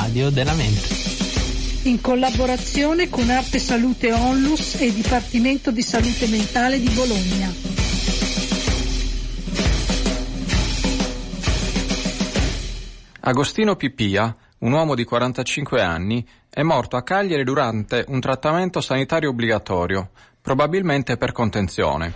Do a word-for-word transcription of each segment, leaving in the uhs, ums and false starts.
radio della mente. In collaborazione con Arte Salute Onlus e Dipartimento di Salute Mentale di Bologna. Agostino Pipia, un uomo di quarantacinque anni, è morto a Cagliari durante un trattamento sanitario obbligatorio, probabilmente per contenzione.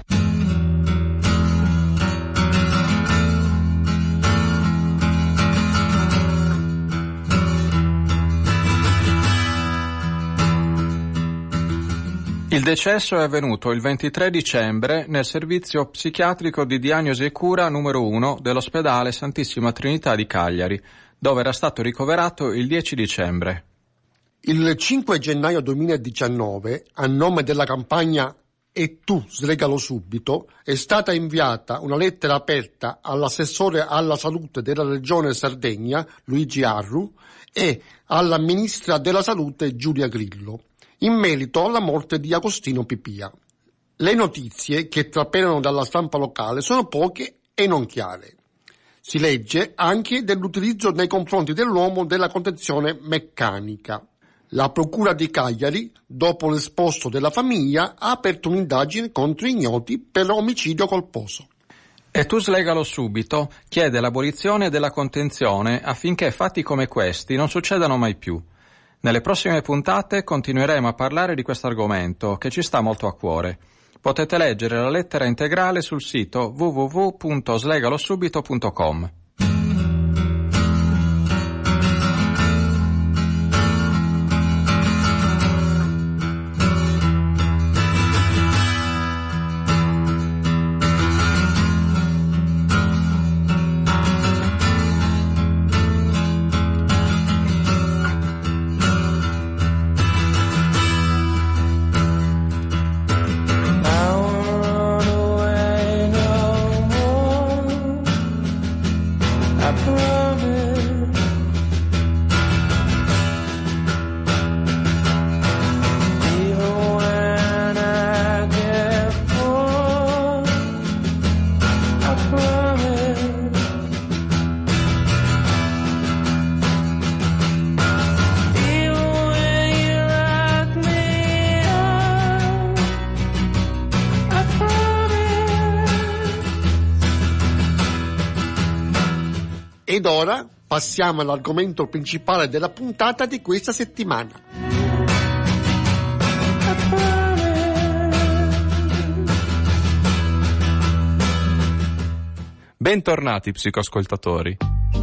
Il decesso è avvenuto il ventitré dicembre nel servizio psichiatrico di diagnosi e cura numero uno dell'ospedale Santissima Trinità di Cagliari, dove era stato ricoverato il dieci dicembre. Il cinque gennaio duemiladiciannove, a nome della campagna E tu slegalo subito, è stata inviata una lettera aperta all'assessore alla salute della regione Sardegna, Luigi Arru, e alla ministra della salute Giulia Grillo, in merito alla morte di Agostino Pipia. Le notizie che trapelano dalla stampa locale sono poche e non chiare. Si legge anche dell'utilizzo nei confronti dell'uomo della contenzione meccanica. La procura di Cagliari, dopo l'esposto della famiglia, ha aperto un'indagine contro ignoti per omicidio colposo. E tu slegalo subito chiede l'abolizione della contenzione affinché fatti come questi non succedano mai più. Nelle prossime puntate continueremo a parlare di questo argomento che ci sta molto a cuore. Potete leggere la lettera integrale sul sito w w w punto slegalosubito punto com. Ed ora passiamo all'argomento principale della puntata di questa settimana. Bentornati psicoascoltatori.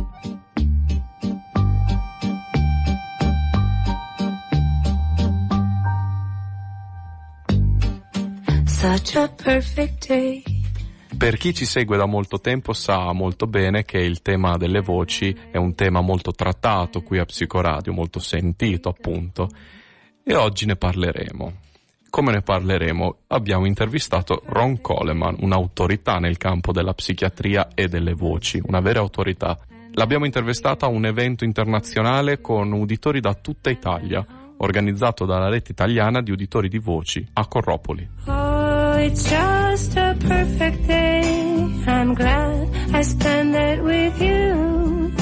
Such a perfect day. Per chi ci segue da molto tempo sa molto bene che il tema delle voci è un tema molto trattato qui a Psicoradio, molto sentito appunto, e oggi ne parleremo. Come ne parleremo? Abbiamo intervistato Ron Coleman, un'autorità nel campo della psichiatria e delle voci, una vera autorità. L'abbiamo intervistata a un evento internazionale con uditori da tutta Italia, organizzato dalla rete italiana di uditori di voci a Corropoli. Oh, it's just a perfect day. I'm glad I spend it with you.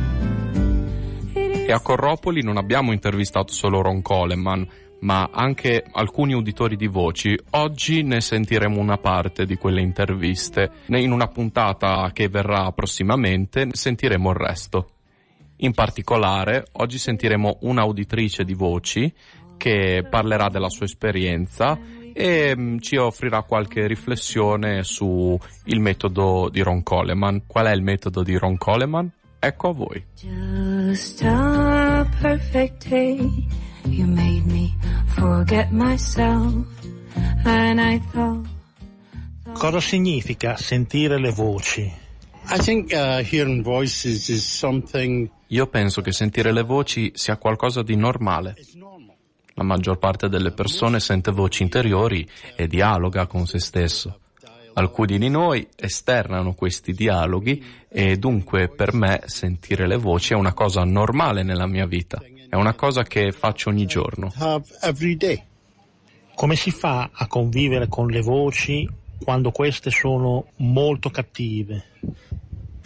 E a Corropoli non abbiamo intervistato solo Ron Coleman, ma anche alcuni uditori di voci. Oggi ne sentiremo una parte di quelle interviste. In una puntata che verrà prossimamente sentiremo il resto. In particolare, oggi sentiremo un'auditrice di voci che parlerà della sua esperienza e mh, ci offrirà qualche riflessione su il metodo di Ron Coleman. Qual è il metodo di Ron Coleman? Ecco a voi. Just a perfect day. You made me forget myself and I thought. Cosa significa sentire le voci? I think uh, hearing voices is something. Io penso che sentire le voci sia qualcosa di normale. La maggior parte delle persone sente voci interiori e dialoga con se stesso. Alcuni di noi esternano questi dialoghi e dunque per me sentire le voci è una cosa normale nella mia vita. È una cosa che faccio ogni giorno. Every day. Come si fa a convivere con le voci quando queste sono molto cattive?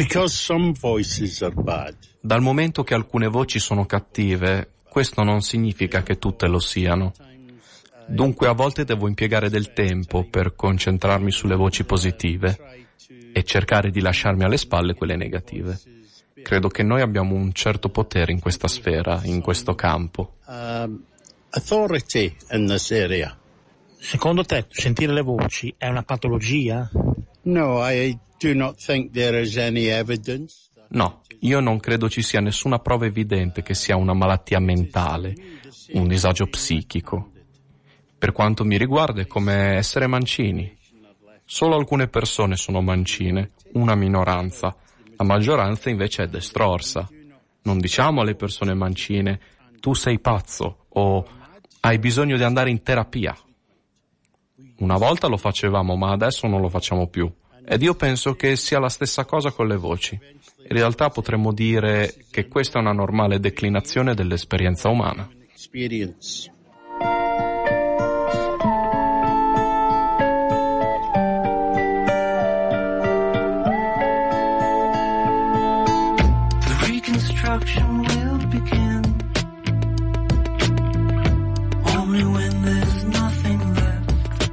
Because some voices are bad. Dal momento che alcune voci sono cattive, questo non significa che tutte lo siano. Dunque a volte devo impiegare del tempo per concentrarmi sulle voci positive e cercare di lasciarmi alle spalle quelle negative. Credo che noi abbiamo un certo potere in questa sfera, in questo campo. Um, authority in this area. Secondo te, sentire le voci è una patologia? No, I do not think there is any evidence. No, io non credo ci sia nessuna prova evidente che sia una malattia mentale, un disagio psichico. Per quanto mi riguarda è come essere mancini. Solo alcune persone sono mancine, una minoranza. La maggioranza invece è destrorsa. Non diciamo alle persone mancine, tu sei pazzo o hai bisogno di andare in terapia. Una volta lo facevamo, ma adesso non lo facciamo più. Ed io penso che sia la stessa cosa con le voci. In realtà potremmo dire che questa è una normale declinazione dell'esperienza umana. Experience. Reconstruction will begin only when there's nothing left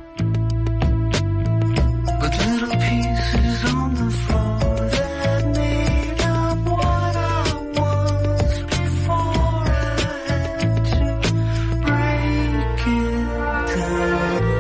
but little pieces on the floor that made up what I was before I had to break it down.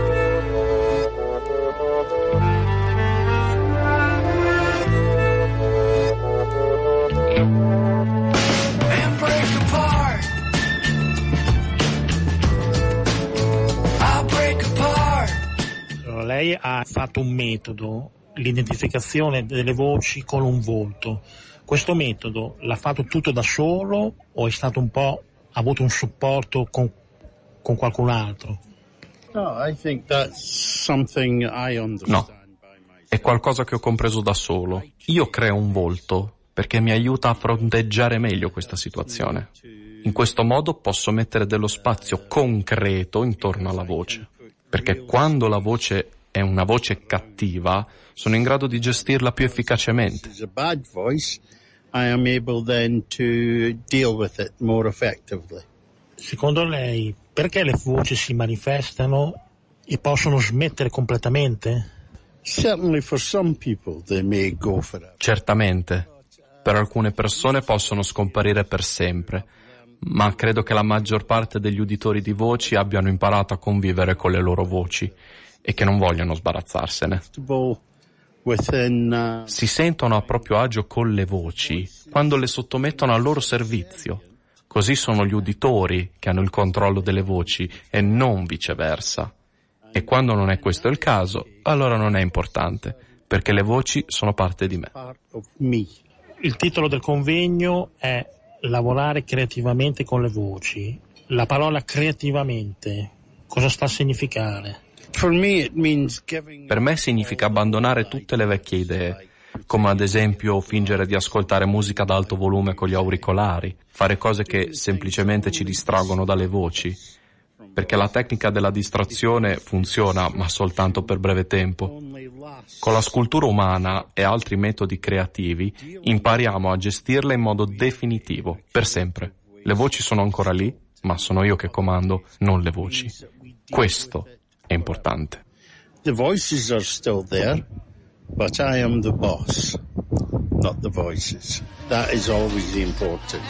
Lei ha fatto un metodo, l'identificazione delle voci con un volto. Questo metodo l'ha fatto tutto da solo o è stato un po', ha avuto un supporto con, con qualcun altro? No, I think that's something I understand. No, è qualcosa che ho compreso da solo. Io creo un volto perché mi aiuta a fronteggiare meglio questa situazione. In questo modo posso mettere dello spazio concreto intorno alla voce, perché quando la voce è una voce cattiva, sono in grado di gestirla più efficacemente. It's a bad voice. I am able then to deal with it more effectively. Secondo lei, perché le voci si manifestano e possono smettere completamente? Certainly for some people they may go forever. Certamente, per alcune persone possono scomparire per sempre, ma credo che la maggior parte degli uditori di voci abbiano imparato a convivere con le loro voci e che non vogliono sbarazzarsene. Within, uh... Si sentono a proprio agio con le voci quando le sottomettono al loro servizio. Così sono gli uditori che hanno il controllo delle voci e non viceversa. E quando non è questo il caso, allora non è importante, perché le voci sono parte di me. Il titolo del convegno è Lavorare creativamente con le voci. La parola creativamente, cosa sta a significare? Per me significa abbandonare tutte le vecchie idee, come ad esempio fingere di ascoltare musica ad alto volume con gli auricolari, fare cose che semplicemente ci distraggono dalle voci, perché la tecnica della distrazione funziona, ma soltanto per breve tempo. Con la scultura umana e altri metodi creativi impariamo a gestirla in modo definitivo, per sempre. Le voci sono ancora lì, ma sono io che comando, non le voci. Questo è importante. The voices are still there, but I am the boss, not the voices. That is always important.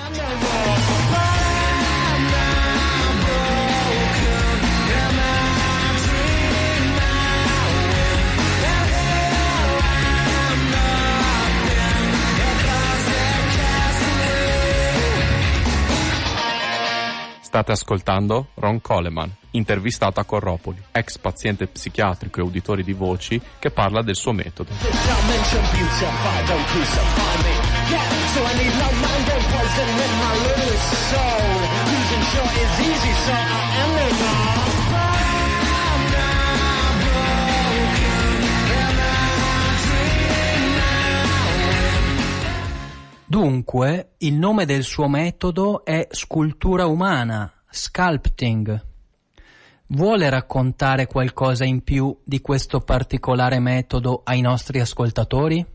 State ascoltando Ron Coleman, intervistato a Corropoli, ex paziente psichiatrico e uditore di voci, che parla del suo metodo. Dunque, il nome del suo metodo è scultura umana, sculpting. Vuole raccontare qualcosa in più di questo particolare metodo ai nostri ascoltatori?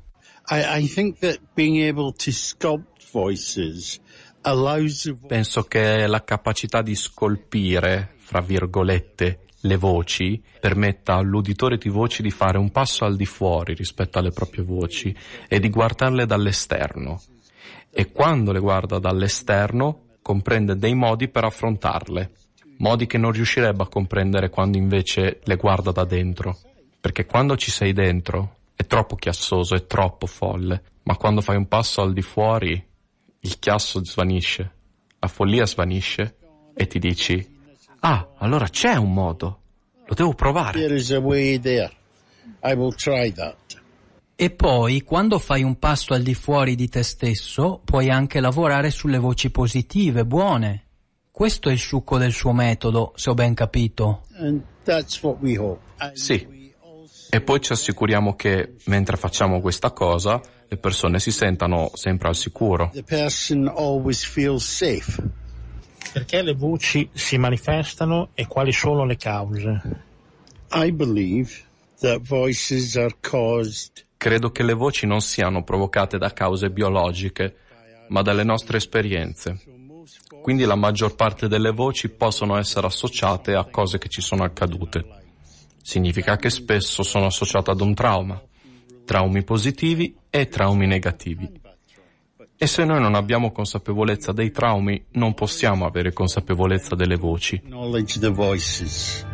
I, I think that being able to sculpt voices allows the vo- Penso che la capacità di scolpire, fra virgolette, le voci permetta all'uditore di voci di fare un passo al di fuori rispetto alle proprie voci e di guardarle dall'esterno. E quando le guarda dall'esterno comprende dei modi per affrontarle, modi che non riuscirebbe a comprendere quando invece le guarda da dentro. Perché quando ci sei dentro è troppo chiassoso, è troppo folle, ma quando fai un passo al di fuori il chiasso svanisce, la follia svanisce e ti dici: ah, allora c'è un modo, lo devo provare. There is a way there. I will try that. E poi, quando fai un passo al di fuori di te stesso, puoi anche lavorare sulle voci positive, buone. Questo è il succo del suo metodo, se ho ben capito. And that's what we hope. And Sì. we also- E poi ci assicuriamo che, mentre facciamo questa cosa, le persone si sentano sempre al sicuro. The person always feels safe. Perché le voci si manifestano e quali sono le cause? I believe that voices are caused Credo che le voci non siano provocate da cause biologiche, ma dalle nostre esperienze. Quindi la maggior parte delle voci possono essere associate a cose che ci sono accadute. Significa che spesso sono associate ad un trauma, traumi positivi e traumi negativi. E se noi non abbiamo consapevolezza dei traumi, non possiamo avere consapevolezza delle voci. knowledge the voices.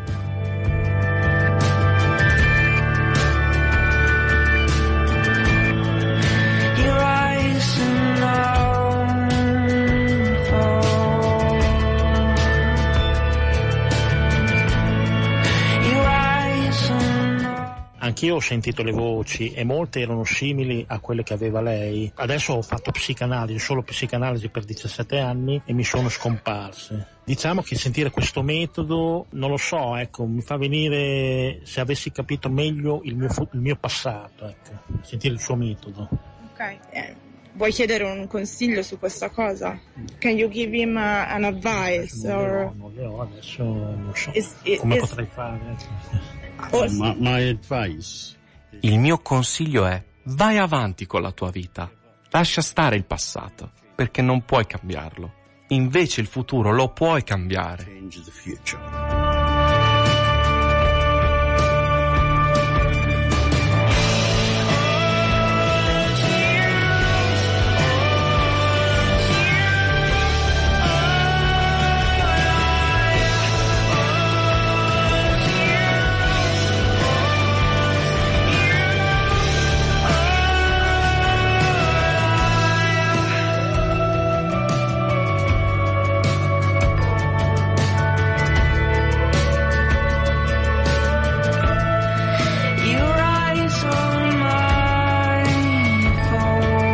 You rise and I fall. You rise and I Anch'io ho sentito le voci e molte erano simili a quelle che aveva lei. Adesso ho fatto psicanalisi, solo psicanalisi per diciassette anni e mi sono scomparse. Diciamo che sentire questo metodo, non lo so, ecco, mi fa venire, se avessi capito meglio il mio, fu- il mio passato, ecco, sentire il suo metodo. Ok, eh, vuoi chiedere un consiglio su questa cosa? Can you give him uh, an advice? Non le ho, Or... non le ho, adesso non so Is- i- come is- potrei fare. or- My, my advice Il mio consiglio è: vai avanti con la tua vita. Lascia stare il passato, perché non puoi cambiarlo. Invece il futuro lo puoi cambiare. change the future. You rise on my fall.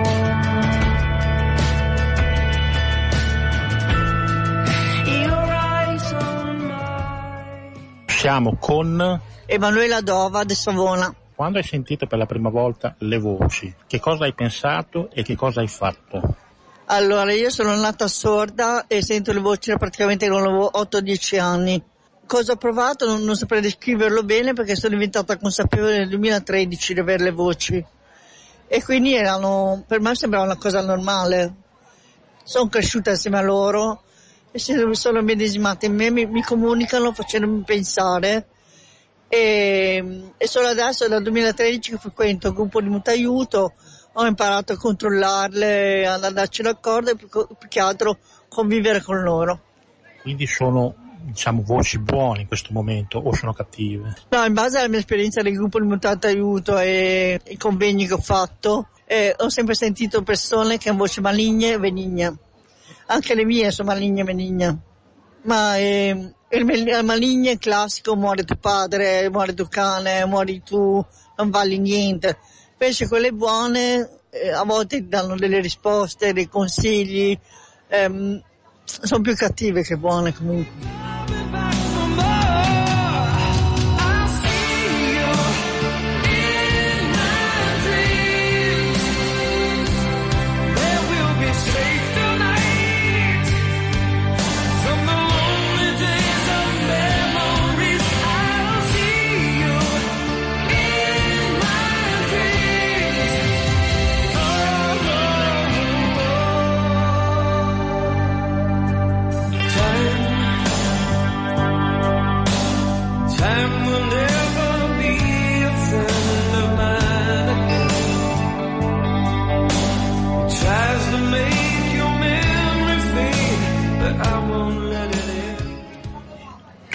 You rise on my Siamo con... Emanuela Dova de Savona. Quando hai sentito per la prima volta le voci, che cosa hai pensato e che cosa hai fatto? Allora, io sono nata sorda e sento le voci da praticamente non avevo otto dieci anni. Cosa ho provato? Non, non saprei descriverlo bene perché sono diventata consapevole nel duemilatredici di avere le voci. E quindi erano, per me sembrava una cosa normale. Sono cresciuta insieme a loro e si sono medesimate in me, mi, mi comunicano facendomi pensare. E, e solo adesso, dal duemilatredici, che frequento il gruppo di mutuo aiuto, ho imparato a controllarle, ad andarci d'accordo e più, più che altro convivere con loro. Quindi sono, diciamo, voci buone in questo momento o sono cattive? No, in base alla mia esperienza del gruppo di mutuo aiuto e i convegni che ho fatto, eh, ho sempre sentito persone che hanno voci maligne e benigne. Anche le mie sono maligne e benigne. Ma eh, il mal- maligne è classico: muore tuo padre, muore tuo cane, muori tu, non vali niente. Invece quelle buone eh, a volte ti danno delle risposte, dei consigli, ehm, sono più cattive che buone comunque.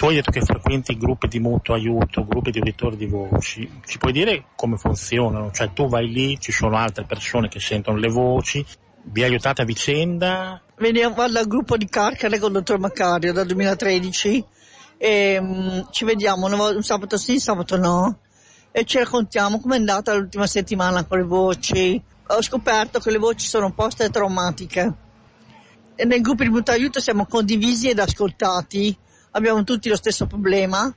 tu hai detto che frequenti gruppi di mutuo aiuto, gruppi di uditori di voci, ci puoi dire come funzionano? Cioè tu vai lì, ci sono altre persone che sentono le voci, vi aiutate a vicenda? Veniamo al gruppo di Carcare con il dottor Macario dal duemilatredici e um, ci vediamo una volta, un sabato sì, un sabato no, e ci raccontiamo com'è andata l'ultima settimana con le voci. Ho scoperto che le voci sono post-traumatiche e nei gruppi di mutuo aiuto siamo condivisi ed ascoltati, abbiamo tutti lo stesso problema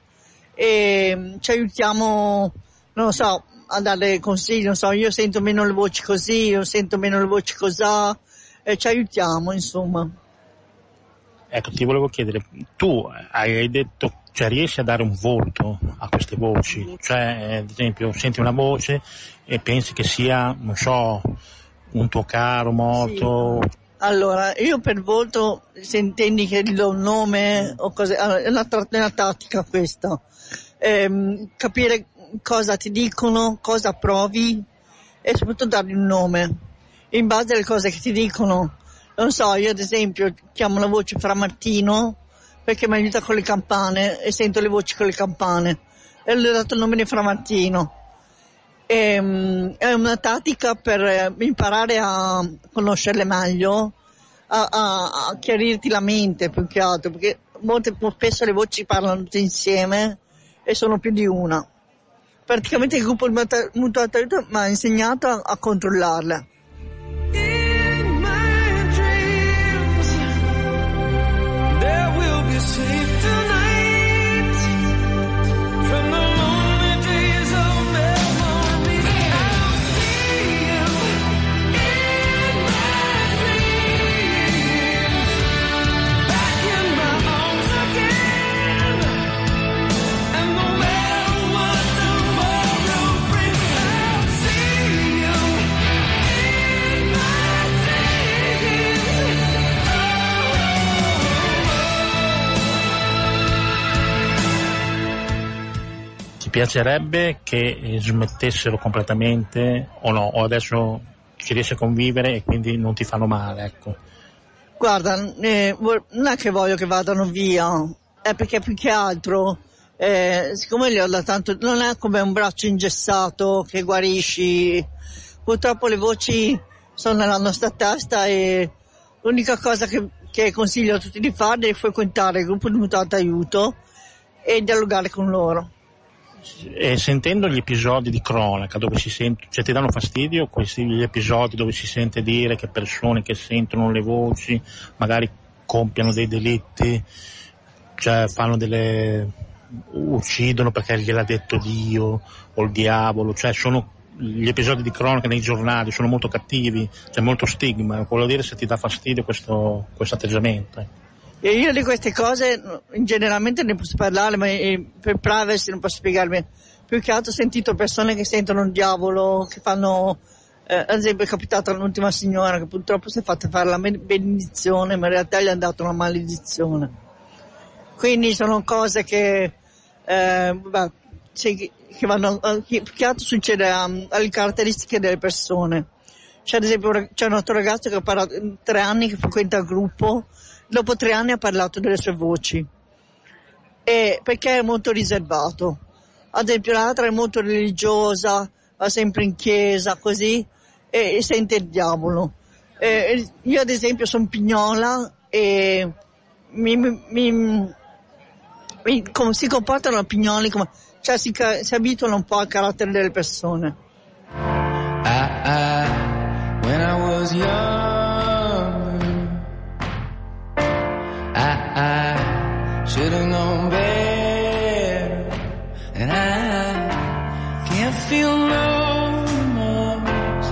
e ci aiutiamo, non lo so, a dare consigli, non so, io sento meno le voci così, io sento meno le voci cosà, e ci aiutiamo, insomma. Ecco, ti volevo chiedere, tu hai detto, cioè riesci a dare un volto a queste voci? Cioè, ad esempio, senti una voce e pensi che sia, non so, un tuo caro morto? Sì. Allora, io per volto, se intendi che gli do un nome o cose, allora, è una, è una tattica questa, ehm, capire cosa ti dicono, cosa provi e soprattutto dargli un nome in base alle cose che ti dicono. Non so, io ad esempio chiamo la voce Fra Martino perché mi aiuta con le campane e sento le voci con le campane e le ho dato il nome di Fra Martino. E, um, è una tattica per eh, imparare a conoscerle meglio, a, a, a chiarirti la mente più che altro, perché molte, spesso le voci parlano tutte insieme e sono più di una. Praticamente il gruppo di mutuo aiuto mi ha insegnato a, a controllarle. In my dreams, there will be sleep tonight from the lonely days of memory. I'll see you in my dreams, back in my arms again, and no matter what tomorrow brings, I'll see you in my dreams. Ti piacerebbe che smettessero completamente o no? O adesso ci riesci a convivere e quindi non ti fanno male, ecco? Guarda, eh, non è che voglio che vadano via, è perché più che altro, eh, siccome li ho da tanto, non è come un braccio ingessato che guarisci, purtroppo le voci sono nella nostra testa e l'unica cosa che, che consiglio a tutti di fare è frequentare il gruppo di mutuo aiuto e dialogare con loro. E sentendo gli episodi di cronaca dove si sente, cioè ti danno fastidio questi gli episodi dove si sente dire che persone che sentono le voci magari compiano dei delitti, cioè fanno delle, uccidono perché gliel'ha detto Dio o il diavolo, cioè sono gli episodi di cronaca nei giornali sono molto cattivi, c'è molto stigma, voglio dire se ti dà fastidio questo, questo atteggiamento. Eh. E io di queste cose generalmente ne posso parlare, ma per privacy non posso spiegarmi. Più che altro ho sentito persone che sentono un diavolo, che fanno, eh, ad esempio è capitata l'ultima signora che purtroppo si è fatta fare la benedizione, ma in realtà gli hanno dato una maledizione. Quindi sono cose che, eh, beh, che vanno, che, più che altro succede um, alle caratteristiche delle persone. C'è ad esempio c'è un altro ragazzo che ha parlato tre anni che frequenta il gruppo. Dopo tre anni ha parlato delle sue voci, e perché è molto riservato. Ad esempio l'altra è molto religiosa, va sempre in chiesa, così, e, e sente il diavolo. E, io ad esempio sono pignola e mi, mi, mi, mi come si comportano i pignoli, come, cioè si, si abituano un po' al carattere delle persone. I, I, when I was young, I should have known better, and I can't feel no remorse,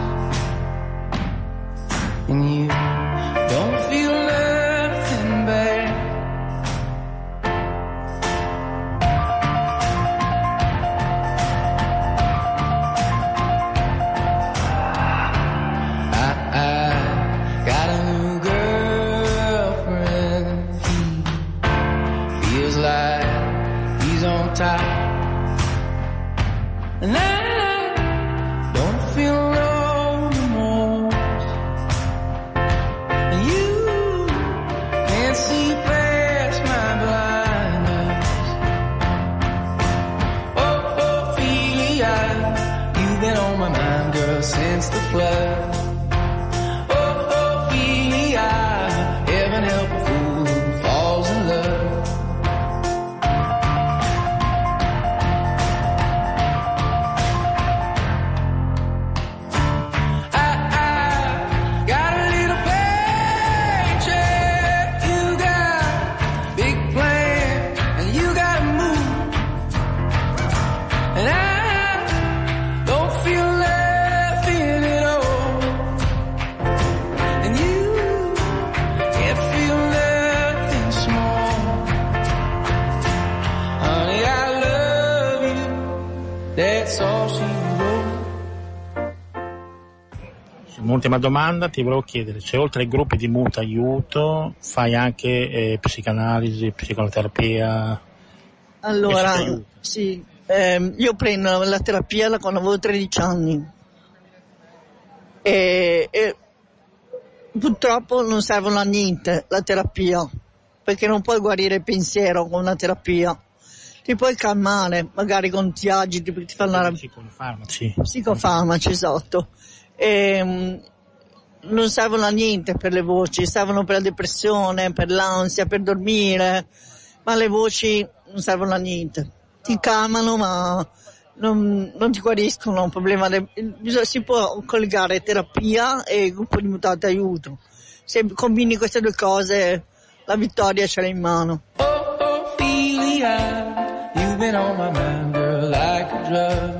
and you don't feel nothing bad. I, I got a new girlfriend. Feels like he's on top, and I don't feel no remorse. You can't see past my blindness, flood. Oh, Ophelia, heaven help a fool who falls in love. Un'ultima domanda ti volevo chiedere, se oltre ai gruppi di mutuo aiuto fai anche eh, psicanalisi, psicoterapia? Allora, sì, ehm, io prendo la terapia da quando avevo tredici anni e, e purtroppo non servono a niente la terapia, perché non puoi guarire il pensiero con una terapia. Ti puoi calmare, magari con ti agiti, perché ti fanno la... Psicofarmaci. Psicofarmaci, esatto. E, non servono a niente per le voci, servono per la depressione, per l'ansia, per dormire, ma le voci non servono a niente. Ti calmano, ma non, non ti guariscono. Un problema de... Si può collegare terapia e gruppo di mutuo aiuto. Se combini queste due cose, la vittoria ce l'hai in mano. Oh, Ophelia, you've been on my mind, girl, like a drug.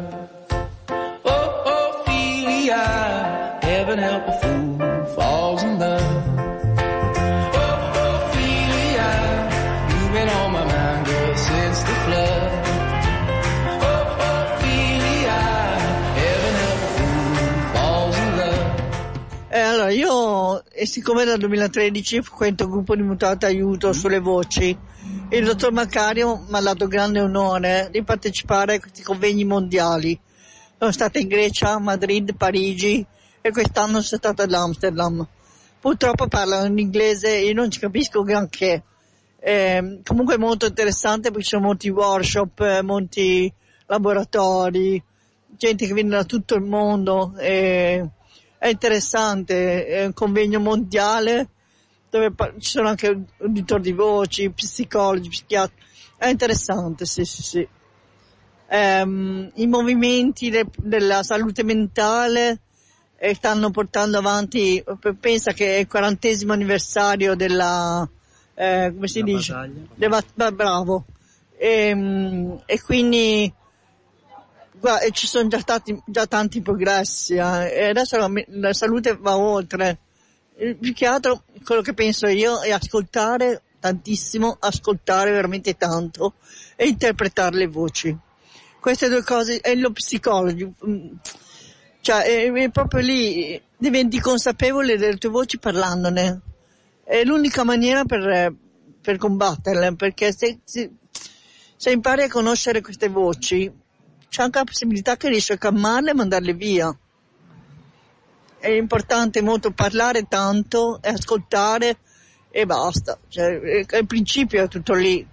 Heaven help a fool who falls in love. Oh, Ophelia, you've been on my mind, girl, since the flood. Oh, Ophelia, heaven help a fool who falls in love. Eh, allora, io, e siccome dal duemilatredici frequento il gruppo di mutuo aiuto sulle voci, il dottor Macario mi ha dato grande onore di partecipare a questi convegni mondiali. Sono stata in Grecia, Madrid, Parigi, e quest'anno sono stata ad Amsterdam. Purtroppo parlano in inglese e io non ci capisco granché. Eh, comunque è molto interessante perché ci sono molti workshop, molti laboratori, gente che viene da tutto il mondo. Eh, è interessante, è un convegno mondiale dove ci sono anche uditori di voci, psicologi, psichiatri. È interessante, sì, sì, sì. Eh, I movimenti de- della salute mentale e stanno portando avanti, pensa che è il quarantesimo anniversario della, eh, come si la dice? Della, bravo. E, e quindi guarda, ci sono già stati già tanti progressi, eh, e adesso la, la salute va oltre. Più che altro quello che penso io è ascoltare tantissimo, ascoltare veramente tanto e interpretare le voci. Queste due cose, è lo psicologo. Cioè, è, è proprio lì, diventi consapevole delle tue voci parlandone. È l'unica maniera per, per combatterle, perché se, se, se impari a conoscere queste voci, c'è anche la possibilità che riesci a calmarle e mandarle via. È importante molto parlare tanto e ascoltare e basta. Cioè, il principio è tutto lì.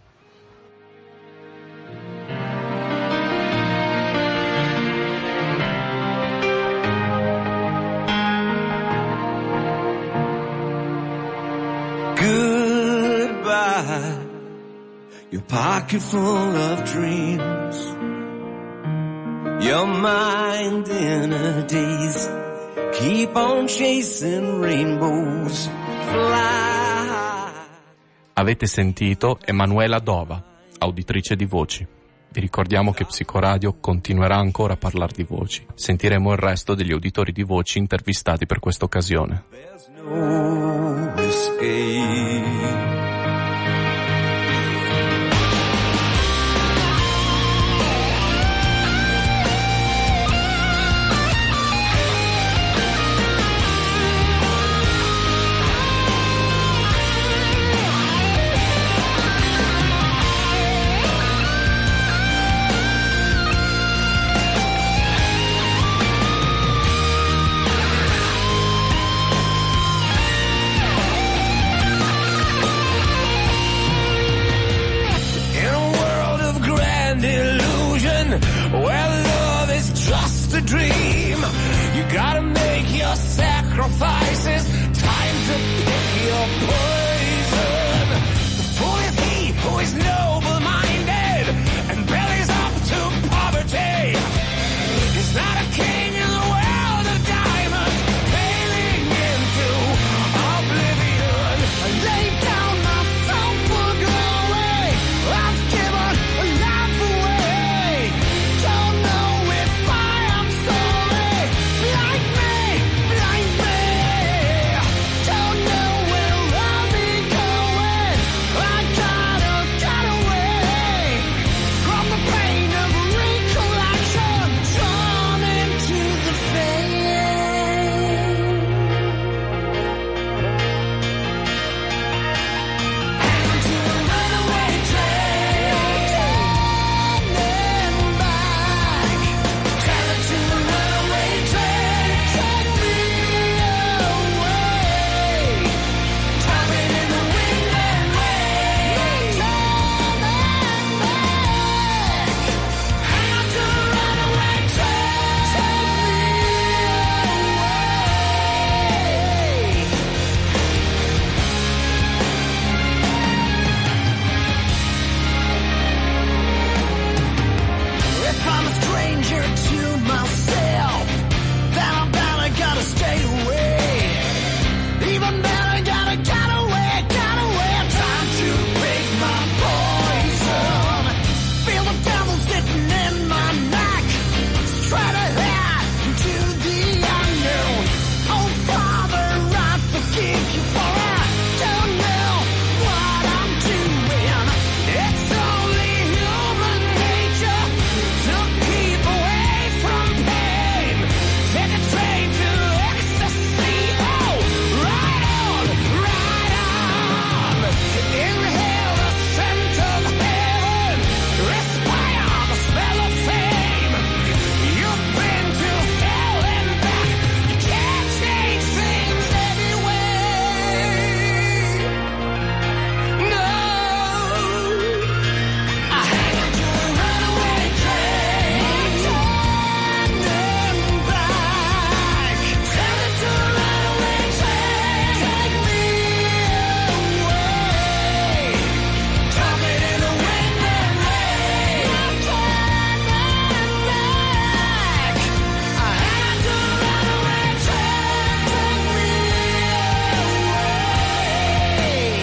Goodbye, your pocket full of dreams, your mind in a daze, keep on chasing rainbows, fly. Avete sentito Emanuela Dova, auditrice di voci. Vi ricordiamo che Psicoradio continuerà ancora a parlare di voci. Sentiremo il resto degli uditori di voci intervistati per questa occasione. No escape. Where love is just a dream, you gotta make it sacrifices. Time to pick your poison. The fool is he who is noble-minded and bellies up to poverty. He's not a king in the world of diamonds, paling into oblivion. I laid down my soul for glory. I've given a life away. Don't know if I am sorry. Blind me, blind me. Don't know where I'll be going. I gotta get away from the pain of recollection, drawn into the fade. Hang to a runaway train, turning back. Tell it to a runaway train, take me away. Tumbling in the wind and rain, turning back. Hang to a runaway train, take me away. If I'm a stranger to myself, then I better gotta stay away. Even better gotta get away, get away. Time to pick my poison. Feel the devil sitting in my neck. Straight ahead into the unknown. Oh Father, I forgive you for I don't know what I'm doing. It's only human nature to keep away from pain. Take a train to ecstasy. Oh, right on, right on. Inhale the scent of heaven. Respire the smell of fame. You've been to hell and back. You can't change things anyway. No. I hang to a runaway train, turning back. Tell it to a runaway train, take me away. Tumbling in the wind and rain, turning back. I hang to a runaway train, take me away.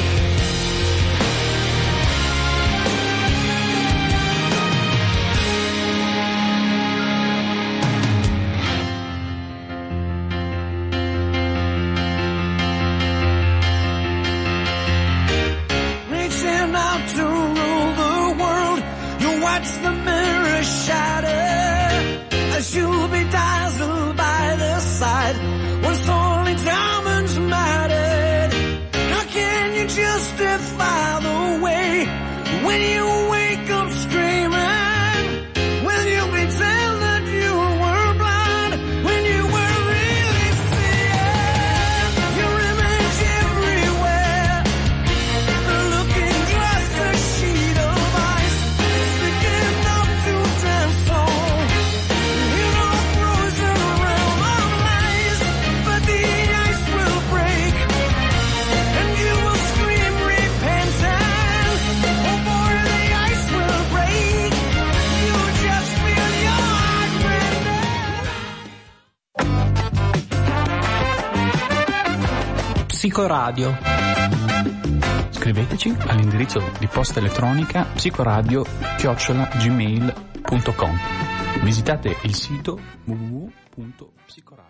Reaching out to rule the world, you watch the mirror shatter as you'll be dazzled by the sight once only diamonds mattered. How can you justify the way when you wake up screaming? Will you pretend that you were blind when you were really seeing your image everywhere? Looking just a sheet of ice, it's thick enough to dance on. You know, frozen realm of lies, but the ice will break, and you will scream repentant. Oh boy, the ice will break. You just feel your heart break. Psicoradio. Scriveteci all'indirizzo di posta elettronica psicoradio chiocciola gmail punto com. Visitate il sito w w w punto psicoradio